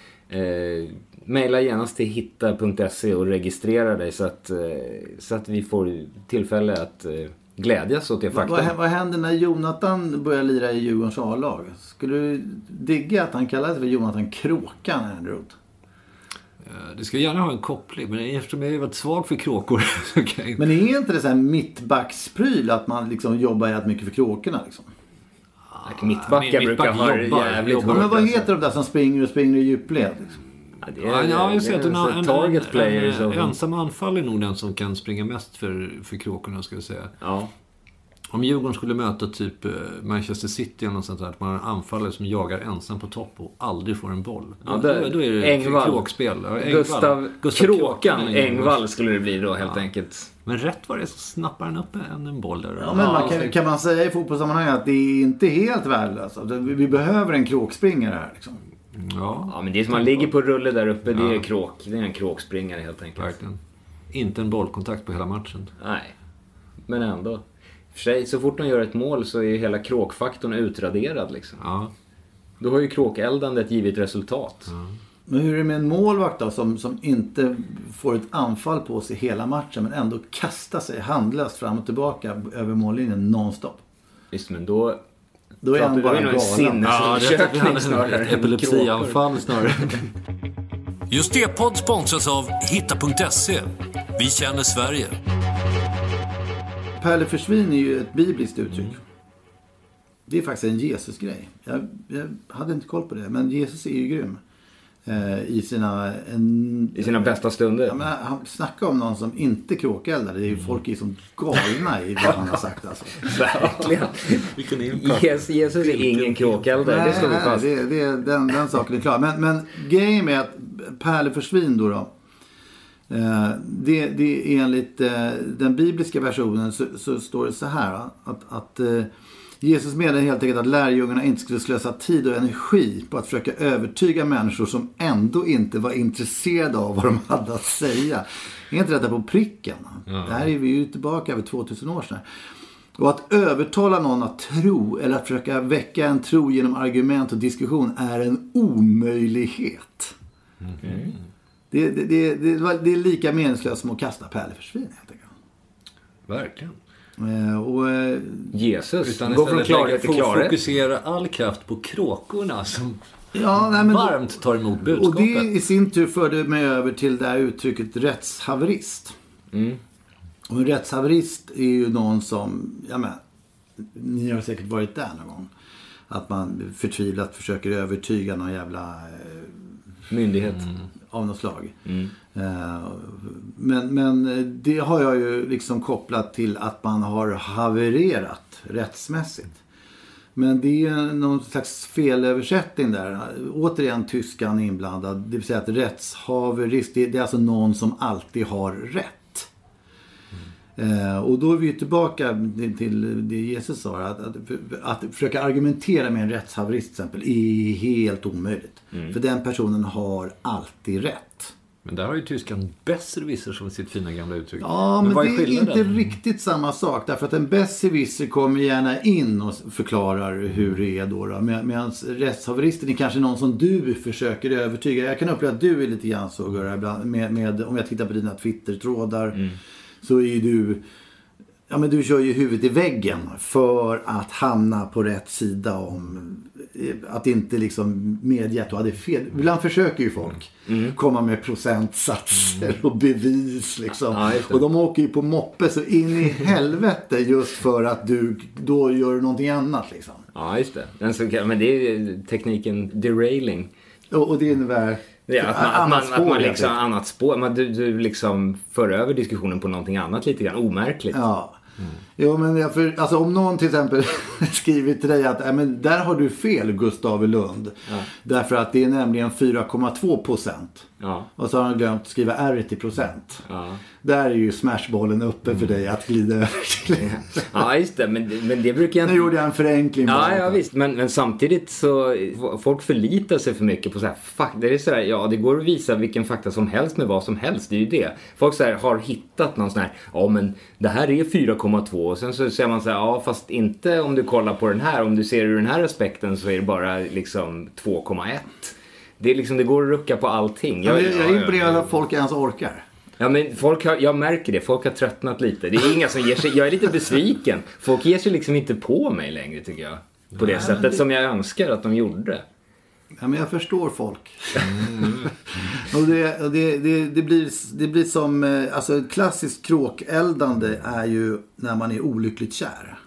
mejla genast till hitta.se och registrera dig så att vi får tillfälle att glädjas åt det faktum. Vad händer när Jonathan börjar lira i Djurgårdens A-lag? Skulle du digga att han kallas för Jonathan Kråkan, Andrew? Det ska gärna ha en koppling, men eftersom jag är väldigt svag för kråkor. Okay. Men är inte det så här mittbackspryl att man liksom jobbar jävligt mycket för kråkorna liksom? Mittbackar brukar ha jävligt. Men vad heter de där som springer i djupled liksom? Jag ser att en target player. Ensam anfall är nog den som kan springa mest för kråkorna, ska jag säga. Ja. Om Djurgården skulle möta typ Manchester City eller något sånt där, att man har en anfallare som jagar ensam på topp och aldrig får en boll. Ja, då är det Engvall. Kråkspel. Gustav Kråkan Engvall skulle det bli då helt enkelt. Men rätt var det så snappar han upp en boll där. Ja, men kan man säga i fotbollssammanhang att det är inte helt värdelöst. Alltså, vi behöver en kråkspringare här liksom. Ja, men det är som man ligger på rulle där uppe, det är en kråkspringare helt enkelt. Verkligen. Inte en bollkontakt på hela matchen. Nej, men ändå. För sig, så fort de gör ett mål så är hela kråkfaktorn utraderad liksom. Ja. Då har ju kråkäldandet givit resultat. Ja. Men hur är det med en målvakt då som inte får ett anfall på sig hela matchen men ändå kastar sig handlöst fram och tillbaka över mållinjen nonstop? Visst, men då är han bara en sinnesundersökning snarare. Ett epilepsianfall snarare. Just det, podd sponsras av hitta.se. Vi känner Sverige. Pärle försvin är ju ett bibliskt uttryck. Det är faktiskt en Jesus-grej. Jag hade inte koll på det, men Jesus är ju grym. I sina bästa stunder. Ja, men han snackar om någon som inte kråkeldar. Det är ju folk är som galna i vad han har sagt. Alltså. Verkligen. Jesus är ingen kråkeldare. Det står vi fast. Den saken är klar. Men grejen med att Pärle försvin då. Det är enligt den bibliska versionen så står det så här att Jesus menade helt enkelt att lärjungarna inte skulle slösa tid och energi på att försöka övertyga människor som ändå inte var intresserade av vad de hade att säga. Är inte detta på pricken? Ja. Där är vi ju tillbaka över 2000 år sedan. Och att övertala någon att tro eller att försöka väcka en tro genom argument och diskussion är en omöjlighet. Mm. Det är lika meningslöst som att kasta pärleforsvin helt enkelt. Verkligen. Jesus utan går från klarhet till klarhet. Fokusera all kraft på kråkorna som varmt tar emot budskapet. Och det i sin tur förde mig över till det här uttrycket rättshaverist. Och en rättshaverist är ju någon som, ni har säkert varit där någon gång, att man förtvivlat försöker övertyga någon jävla myndighet av något slag. Men det har jag ju liksom kopplat till att man har havererat rättsmässigt. Men det är någon slags felöversättning där. Återigen tyskan inblandad. Det vill säga att rättshaverist, det är alltså någon som alltid har rätt. Och då är vi ju tillbaka till det Jesus sa. Att försöka argumentera med en rättshaverist till exempel är helt omöjligt. För den personen har alltid rätt. Men där har ju tyskan besserwisser som sitt fina gamla uttryck. Ja, men vad det är inte skillnaden? riktigt samma sak. Därför att en besserwisser kommer gärna in och förklarar hur det är då. Medan rättshaveristen är kanske någon som du försöker övertyga. Jag kan uppleva att du är lite grann så, Gurra, ibland. Om jag tittar på dina Twitter-trådar så är ju du... Ja, men du kör ju huvudet i väggen för att hamna på rätt sida om att inte liksom medge att du hade fel. Ibland försöker ju folk komma med procentsatser och bevis liksom. Ja, och de åker ju på moppe så in i helvete just för att du då gör någonting annat liksom. Ja, just det. Men det är ju tekniken derailing. Och det innebär... Ja, att man liksom annat spår. Du liksom för över diskussionen på någonting annat lite grann omärkligt. Ja. Jo, men alltså om någon till exempel skriver till dig att men där har du fel, Gustav Lund. Ja. Därför att det är nämligen 4,2%. Ja. Och så har han glömt att skriva R i procent. Ja. Där är ju smashbollen uppe för dig att glida över till. Ja, just det. Men det brukar jag inte... Nu gjorde jag en förenkling. Ja, visst. Men samtidigt så folk förlitar sig för mycket på så här det är så här, ja, det går att visa vilken fakta som helst med vad som helst. Det är ju det. Folk så här har hittat någon sån här, ja men det här är 4,2 och sen så säger man så här, ja fast inte om du kollar på den här, om du ser ur den här aspekten så är det bara liksom 2,1. Det är liksom, det går att rucka på allting. Jag är imponerad att folk ens orkar. Ja, men jag märker det. Folk har tröttnat lite. Det är inga som ger sig. Jag är lite besviken. Folk ger sig liksom inte på mig längre, tycker jag. På det sättet som jag önskar att de gjorde. Ja, men jag förstår folk. Och det blir som... Alltså ett klassiskt kråkeldande är ju när man är olyckligt kär.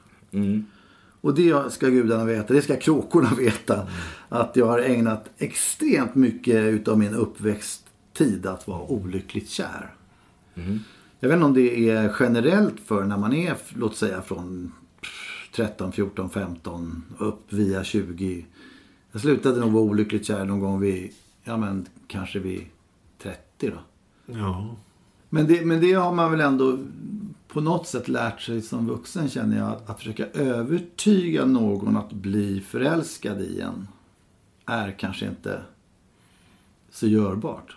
Och det ska gudarna veta, det ska kråkorna veta. Att jag har ägnat extremt mycket utav min uppväxttid att vara olyckligt kär. Jag vet inte om det är generellt för när man är, låt säga från 13, 14, 15 upp via 20. Jag slutade nog vara olyckligt kär någon gång kanske vid 30 då. Ja. Men det har man väl ändå på något sätt lärt sig som vuxen, känner jag, att försöka övertyga någon att bli förälskad i en är kanske inte så görbart.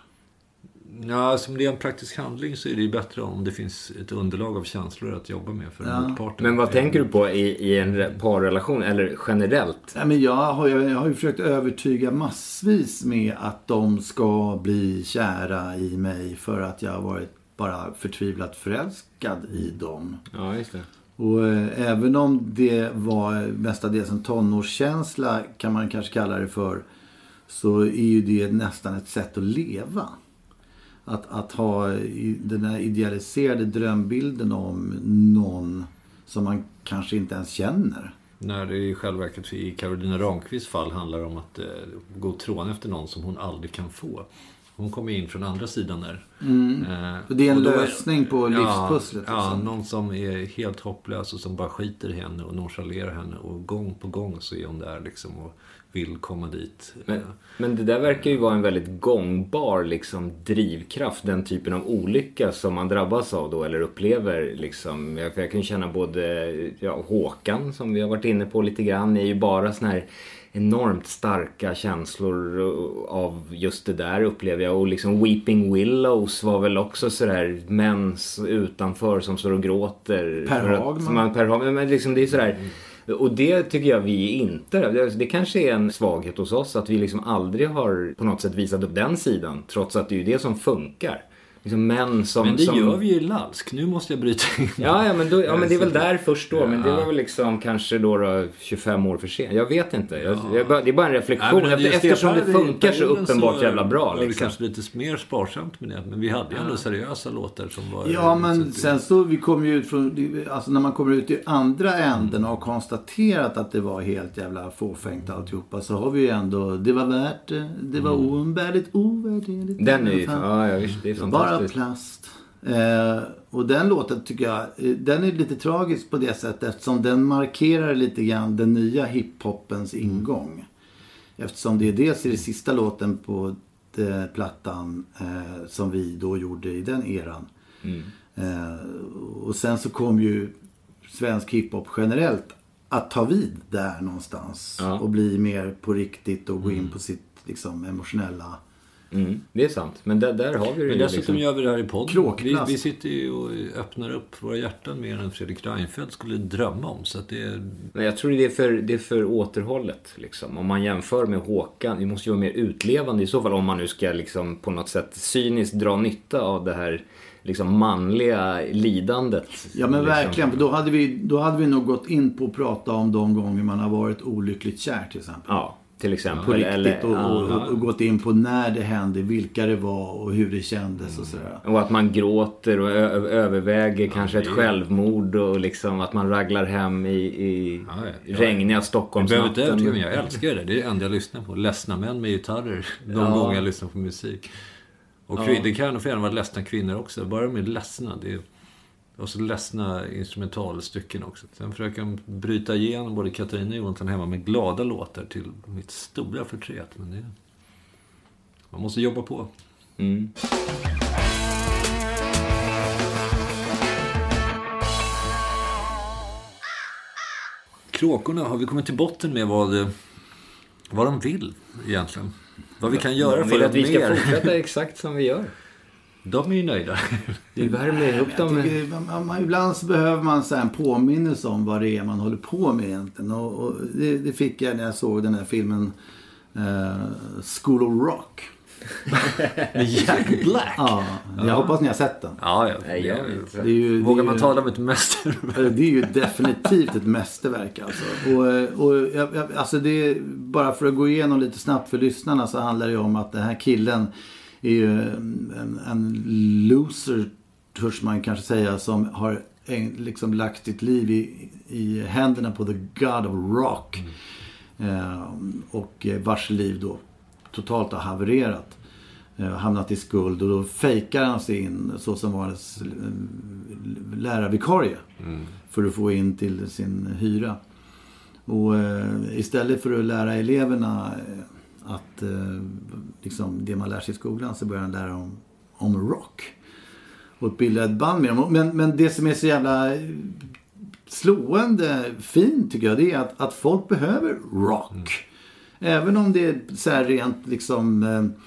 Ja, som det är en praktisk handling så är det ju bättre om det finns ett underlag av känslor att jobba med för motparten. Men vad tänker du på i en parrelation eller generellt? Ja, men jag har ju försökt övertyga massvis med att de ska bli kära i mig för att jag har varit bara förtvivlat förälskad i dem. Ja, just det. Och även om det var mestadels en tonårskänsla, kan man kanske kalla det för, så är ju det nästan ett sätt att leva. Att ha den här idealiserade drömbilden om någon som man kanske inte ens känner. När det i själva verket i Carolina Ramqvists fall handlar om att gå trån efter någon som hon aldrig kan få. Hon kommer in från andra sidan där. Det är en lösning på livspusslet. Ja, någon som är helt hopplös och som bara skiter i henne och nonchalerar henne. Och gång på gång så är hon där liksom och vill komma dit. Men det där verkar ju vara en väldigt gångbar liksom drivkraft, den typen av olycka som man drabbas av då eller upplever liksom. Jag kan känna både Håkan som vi har varit inne på lite grann är ju bara sån här enormt starka känslor av just det där, upplever jag. Och liksom Weeping Willows var väl också sådär män utanför som står och gråter. Per Hagman. Men liksom det är sådär. Och det tycker jag vi inte. Det kanske är en svaghet hos oss att vi liksom aldrig har på något sätt visat upp den sidan. Trots att det är ju det som funkar. Liksom män som, men det gör vi ju i Lalsk. Nu måste jag bryta in. Men det är väl där först då. Men det var väl liksom kanske då 25 år för sent. Jag vet inte. Det är bara en reflektion. Eftersom det funkar så uppenbart jävla bra. Det kanske lite mer sparsamt med det. Men vi hade ju ändå seriösa låtar som var... Ja, men sen så vi kom ju ut från... Alltså när man kommer ut i andra änden och har konstaterat att det var helt jävla fåfängt alltihopa, så har vi ju ändå... Det var värt det. Det var oumbärligt, ovärderligt. Den är ju... Ja, visst. Det är fantastiskt. Bara plast. Och den låten tycker jag, den är lite tragisk på det sättet eftersom den markerar lite grann den nya hiphoppens ingång. Eftersom det är dels i den sista låten på plattan som vi då gjorde i den eran. Och sen så kom ju svensk hiphop generellt att ta vid där någonstans och bli mer på riktigt och gå in på sitt liksom emotionella Det är sant. Men där har vi det. Men dessutom gör vi det här i podden. Vi sitter ju och öppnar upp våra hjärtan mer än Fredrik Reinfeldt skulle drömma om. Så att det är... Men jag tror det är för återhållet. Liksom. Om man jämför med Håkan, vi måste ju vara mer utlevande i så fall. Om man nu ska liksom, på något sätt cyniskt dra nytta av det här liksom, manliga lidandet. Ja, men liksom. verkligen. För då hade vi nog gått in på att prata om de gånger man har varit olyckligt kär till exempel. Ja. Till exempel. Ja, riktigt, och gått in på när det hände, vilka det var och hur det kändes och sådär. Och att man gråter och överväger kanske ett självmord och liksom att man raglar hem i regniga Stockholmsnatten. Jag älskar det. Det är det enda jag lyssnar på. Ledsna män med gitarrer. De gånger jag lyssnar på musik. Och det kan nog gärna vara ledsna kvinnor också. Bara de är ledsna. Det är... Och så ledsna instrumentalstycken också. Sen försöker jag bryta igenom både Katarina och Jonathan hemma med glada låtar till mitt stora förtret. Men det... Man måste jobba på. Kråkorna, har vi kommit till botten med vad de vill egentligen? Vad vi kan göra för att vi ska fortsätta exakt som vi gör. De är ju nöjda. Vi värmer upp dem. Ibland så behöver man så här en påminnelse om vad det är man håller på med egentligen. Och det fick jag när jag såg den här filmen School of Rock. Med Jack Black. Ja, jag hoppas ni har sett den. Vågar man tala om ett mästerverk? Det är ju definitivt ett mästerverk alltså. Alltså det är, bara för att gå igenom lite snabbt för lyssnarna, så handlar det om att den här killen är ju en loser, törs man kanske säga, som har liksom lagt sitt liv i händerna på the God of Rock. Och vars liv då totalt har havererat, hamnat i skuld, och då fejkar han sig in så som var lärarvikarie för att få in till sin hyra. Och istället för att lära eleverna att liksom det man lär sig i skolan, så börjar han lära om rock och bilda ett band med dem. Men det som är så jävla slående fint tycker jag, det är att folk behöver rock. Även om det är så här rent liksom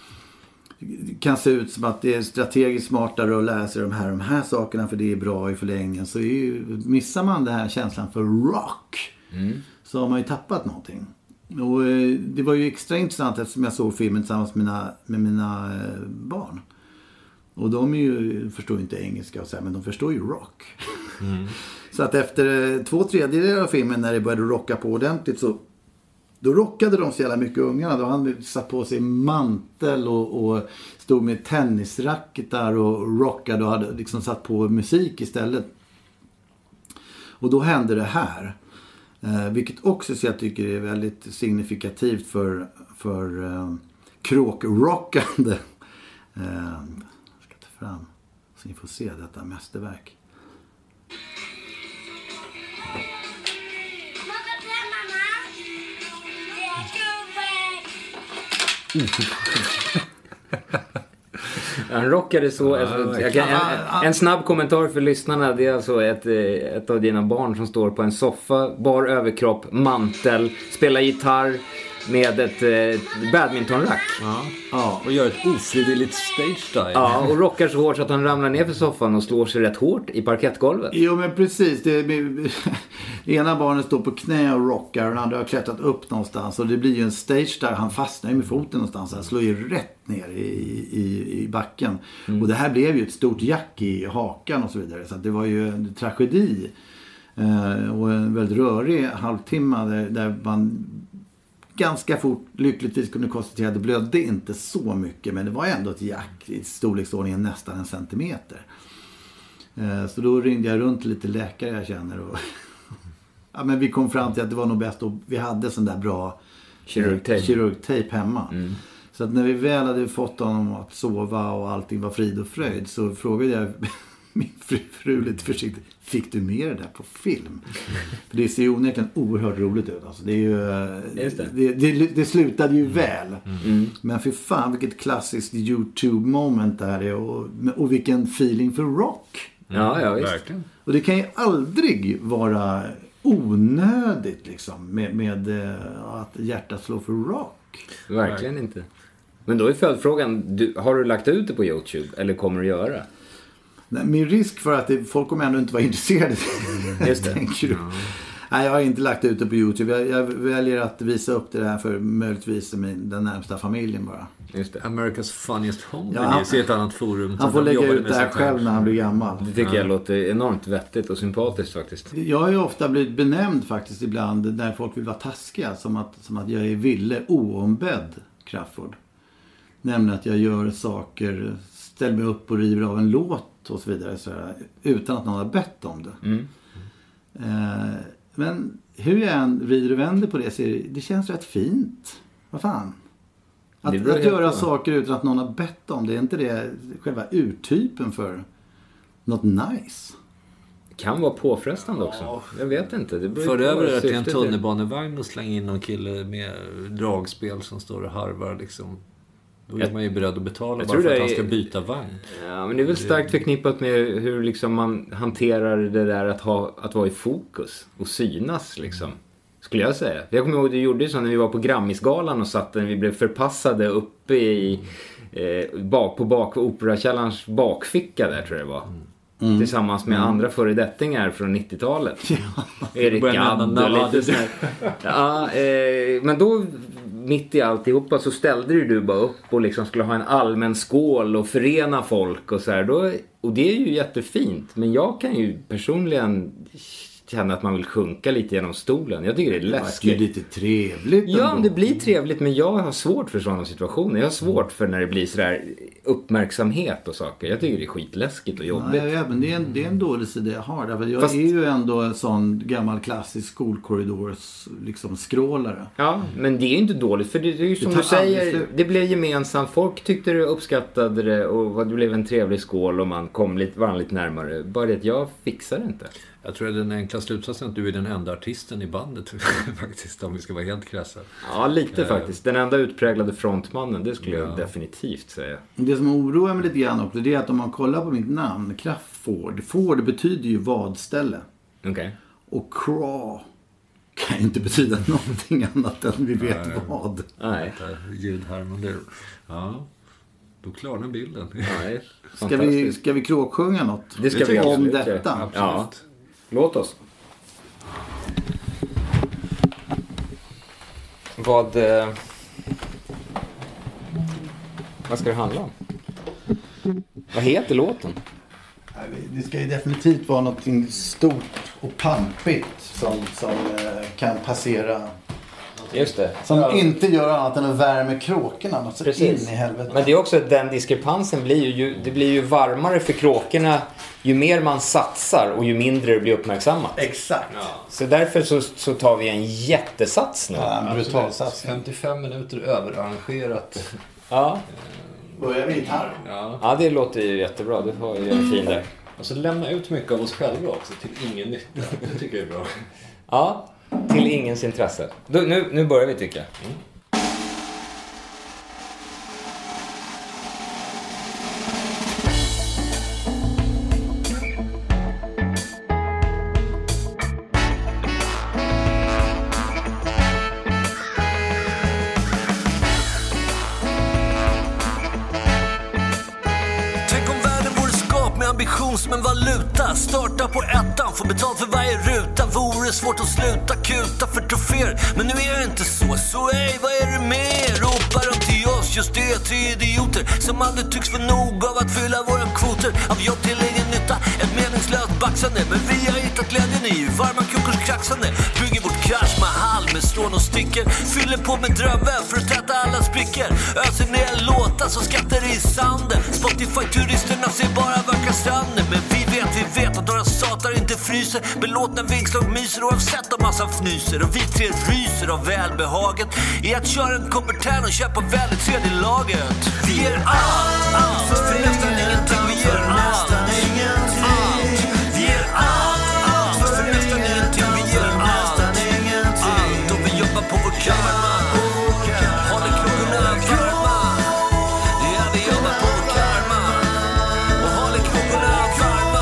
kan se ut som att det är strategiskt smartare att lära sig de här sakerna för det är bra i förlängningen, så missar man den här känslan för rock, så har man ju tappat någonting. Och det var ju extra intressant eftersom jag såg filmen tillsammans med mina barn. Och de förstår ju inte engelska och så här, men de förstår ju rock. Så att efter 2/3 av filmen, när det började rocka på ordentligt, så då rockade de så jävla mycket, ungarna. Då hade de satt på sig mantel och stod med tennisracketar och rockade och hade liksom satt på musik istället. Och då hände det här. Vilket också så jag tycker är väldigt signifikativt för kråkrockande. Jag ska ta fram så ni får se detta mästerverk. Han rockade så. En snabb kommentar för lyssnarna. Det är alltså ett av dina barn som står på en soffa, bar överkropp, mantel, spelar gitarr med ett badmintonrack. Ja, och gör ett ofrivilligt stage dive. Ja, och rockar så hårt så att han ramlar ner för soffan och slår sig rätt hårt i parkettgolvet. Jo, men precis. Det ena barnet står på knä och rockar och den andra har klättrat upp någonstans. Och det blir ju en stage där han fastnar med foten någonstans. Han slår ju rätt ner i backen. Och det här blev ju ett stort jack i hakan och så vidare. Så att det var ju en tragedi. Och en väldigt rörig halvtimme där man ganska fort lyckligtvis kunde konstatera att det blödde inte så mycket, men det var ändå ett jack i storleksordningen nästan 1 centimeter. Så då ringde jag runt lite läkare jag känner och ja, men vi kom fram till att det var nog bäst, och vi hade sån där bra kirurgtejp hemma. Så att när vi väl hade fått honom att sova och allting var frid och fröjd, så frågade jag min fru lite försiktigt: fick du med det där på film? För det ser ju onekligen oerhört roligt ut. Alltså, det är ju, det slutade ju väl. Men för fan vilket klassiskt YouTube-moment det här är. Och vilken feeling för rock. Ja, visst. Verkligen. Och det kan ju aldrig vara onödigt liksom, med att hjärtat slår för rock. Verkligen inte. Men då är följdfrågan, har du lagt ut det på YouTube eller kommer du göra? Nej, min risk för att folk kommer ändå inte vara intresserade. Just det. Tänker du? Nej, jag har inte lagt ut det på YouTube. Jag väljer att visa upp det här för möjligtvis den närmsta familjen bara. Just det. America's Funniest Home. Ja, det är ett annat forum. Han får lägga ut det här själv när han blir gammal. Det tycker jag låter enormt vettigt och sympatiskt faktiskt. Jag har ju ofta blivit benämnd faktiskt ibland när folk vill vara taskiga. Som att jag är ville oombedd Crafoord. Nämligen att jag gör saker, ställer mig upp och river av en låt och så vidare. Utan att någon har bett om det. Mm. Men hur jag än vrider och vänder på det så det känns rätt fint. Vad fan? Att göra saker utan att någon har bett om det. Är inte det själva urtypen för något nice? Kan vara påfrestande också. Jag vet inte. För över det till en tunnelbanevagn och slänga in någon kille med dragspel som står och harvar liksom. Då är man ju beredd att betala bara för att han ska byta vagn. Ja, men det är väl starkt förknippat med hur liksom man hanterar det där att vara i fokus och synas liksom. Skulle jag säga. Jag kommer ihåg det gjorde så när vi var på Grammisgalan och satt när vi blev förpassade uppe i på Operakällarens bakficka där tror jag det var. Mm. Tillsammans med andra föredettingar från 90-talet. Ja. Erik Gadd och lite sådär. Ja, men då mitt i alltihopa så ställde du bara upp och liksom skulle ha en allmän skål och förena folk och så här. Och det är ju jättefint. Men jag kan ju personligen känna att man vill sjunka lite genom stolen. Jag tycker det är läskigt. Det är lite trevligt. Ja, det blir trevligt. Men jag har svårt för sådana situationer. Jag har svårt för när det blir sådär uppmärksamhet och saker. Jag tycker det är skitläskigt och jobbigt. Ja, men det är en dålig sida jag har. Därför jag är ju ändå en sån gammal klassisk skolkorridors liksom skrålare. Ja, men det är inte dåligt. För det är ju som du säger, det blev gemensamt. Folk tyckte du uppskattade det och det blev en trevlig skål och man kom varandra lite närmare. Bara det att jag fixar det inte. Jag tror att den enkla slutsatsen att du är den enda artisten i bandet faktiskt, om vi ska vara helt krassa. Ja, lite faktiskt. Den enda utpräglade frontmannen, det skulle jag definitivt säga. Det som oroar mig lite grann också, det är att om man kollar på mitt namn, Crafoord. Ford betyder ju vadställe. Okay. Och craw kan inte betyda någonting annat än vi vet vad. Nej. Ljudharmoni. Ja. Då klarnar bilden. Nej. Ska vi kråksjunga något? Det ska vi om detta. Absolut. Ja. Låt oss. Vad ska det handla om? Vad heter låten? Det ska ju definitivt vara något stort och pampigt som kan passera. Just det. Som inte gör annat än att värma kråkorna. Alltså precis. In i helvete. Men det är också den diskrepansen det blir ju varmare för kråkorna ju mer man satsar och ju mindre det blir uppmärksammat. Exakt. Ja. Så därför så tar vi en jättesats nu. Ja, en brutal sats. 55 minuter överarrangerat. Ja. Börjar vi gitarr? Ja, det låter ju jättebra. Det var ju en fin där. Och så lämna ut mycket av oss själva också till ingen nytta. Det tycker jag är bra. Ja, till ingens intresse. Nu börjar vi tycka. Som en valuta, starta på ettan, få betalt för varje ruta. Vore svårt att sluta kuta för troféer, men nu är det inte så. Så ej, vad är det med? Ropar de till oss, just det, till idioter som aldrig tycks få nog av att fylla våra kvoter av jobb till egen nytta. Ett meningslöst baxande, men vi har hittat glädjen i varma krokors kraxande. Bygger vårt crash med hall med strån och sticker, fyller på med drömmen för att täta alla sprickor. Öser ner låtar som skatter i sanden. Spotify-turisterna ser bara vackra stranden. Men vi vet att några satar inte fryser. Belåtna vingslag myser oavsett om massa fnyser. Och vi tre ryser av välbehaget i att köra en kompertern och köpa väl i tredje laget. Vi ger allt för nästan ingenting. Vi ger allt. Vi ger allt för nästan ingenting. Vi ger allt. Allt och vi jobbar på vår karma. Håller klockorna varma. Ja, vi jobbar på vår karma. Och håller klockorna varma.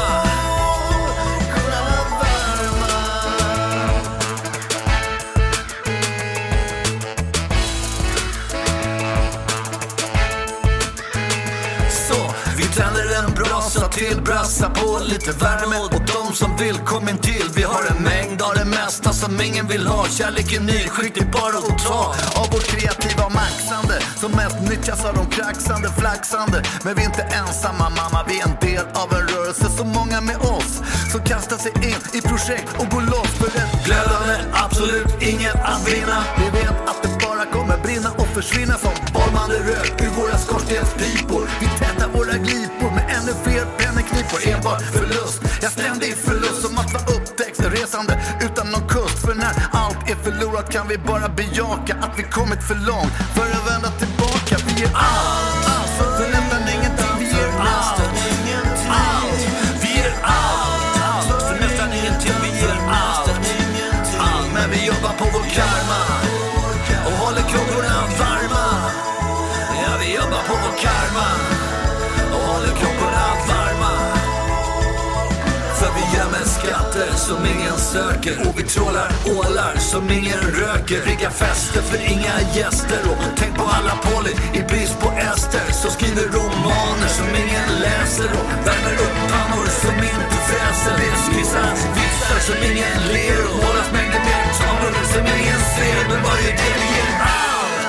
tänder en brasa till, brassa på lite värme. Och de som vill kom in till. Vi har en mängd av det mesta som ingen vill ha. Kärleken nyskick, det är bara att ta av vårt kreativa maxande som mest nyttjas av de kraxande, flaxande. Men vi är inte ensamma mamma, vi är en del av en rörelse. Så många med oss som kastar sig in i projekt och går loss för ett glödande, absolut inget att vinna. Vi vet att det bara kommer brinna och försvinna som bolmande rök ur våra skorstenspipor. Vi tätar våra glipor med ännu fler penneknipor. Enbart förlust, jag ständig förlust som att vara upptäcktsresande utan någon kust. För när allt är förlorat kan vi bara bejaka att vi kommit för långt för att vända tillbaka. Vi ger allt, för nästan ingenting. Vi ger allt, allt. Vi ger allt, för nästan ingenting. Vi ger allt, allt. Men vi jobbar på vår karma och håller kråkorna varma. Ja, vi jobbar på vår karma och håller kråkorna varma. För vi gömmer skatter som ingen söker. Och vi trålar ålar som ingen röker. Riggar fester för inga gäster. Och tänk på alla poly i brist på ester. Så skriver romaner som ingen läser. Och värmer upp pannor som inte fräser. Det skissar vitsar som ingen ler. Och hållas mängder med tavlor som ingen ser. Men vad är det vi ger allt?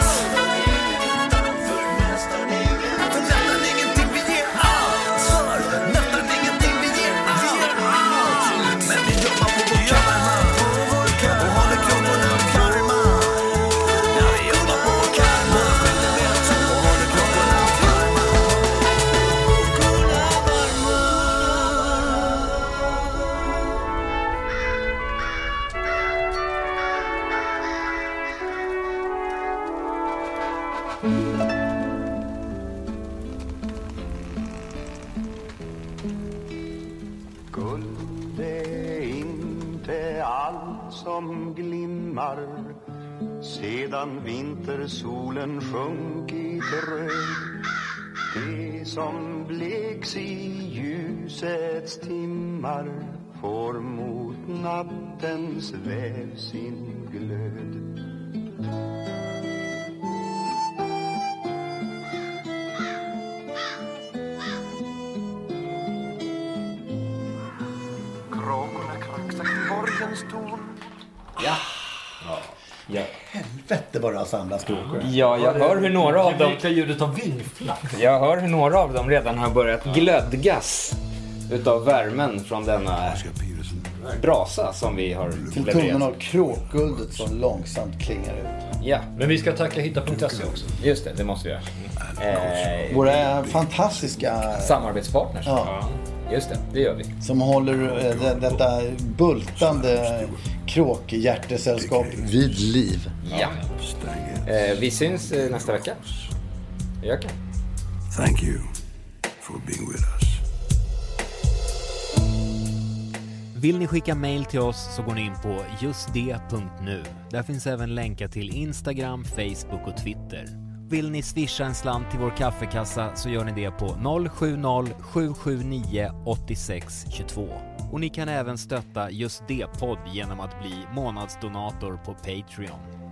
Guld är inte allt som glimmar sedan vintersolen sjunkit röd. Det som bleks i ljusets timmar får mot nattens väv sin glöd. Kråkorna kraxar i borgens torn. Ja. Ja. Helvete vad det har samlats kråkor. Ja, jag hör hur några av dem... ljudet av vingflax. Jag hör hur några av dem redan har börjat glödgas utav värmen från denna brasa som vi har till tonen av kråkguldet som långsamt klingar ut. Ja. Men vi ska tacka hitta.se också. Just det, det måste vi göra. Våra fantastiska samarbetspartners. Ja. Just det, det gör vi. Som håller detta bultande kråkhjärtesällskap vid liv. Ja. Vi syns nästa vecka. Jag kan. Thank you for being with us. Vill ni skicka mejl till oss så går ni in på justde.nu. Där finns även länkar till Instagram, Facebook och Twitter. Vill ni swisha en slant till vår kaffekassa så gör ni det på 070-779-8622. Och ni kan även stötta Just det podd genom att bli månadsdonator på Patreon.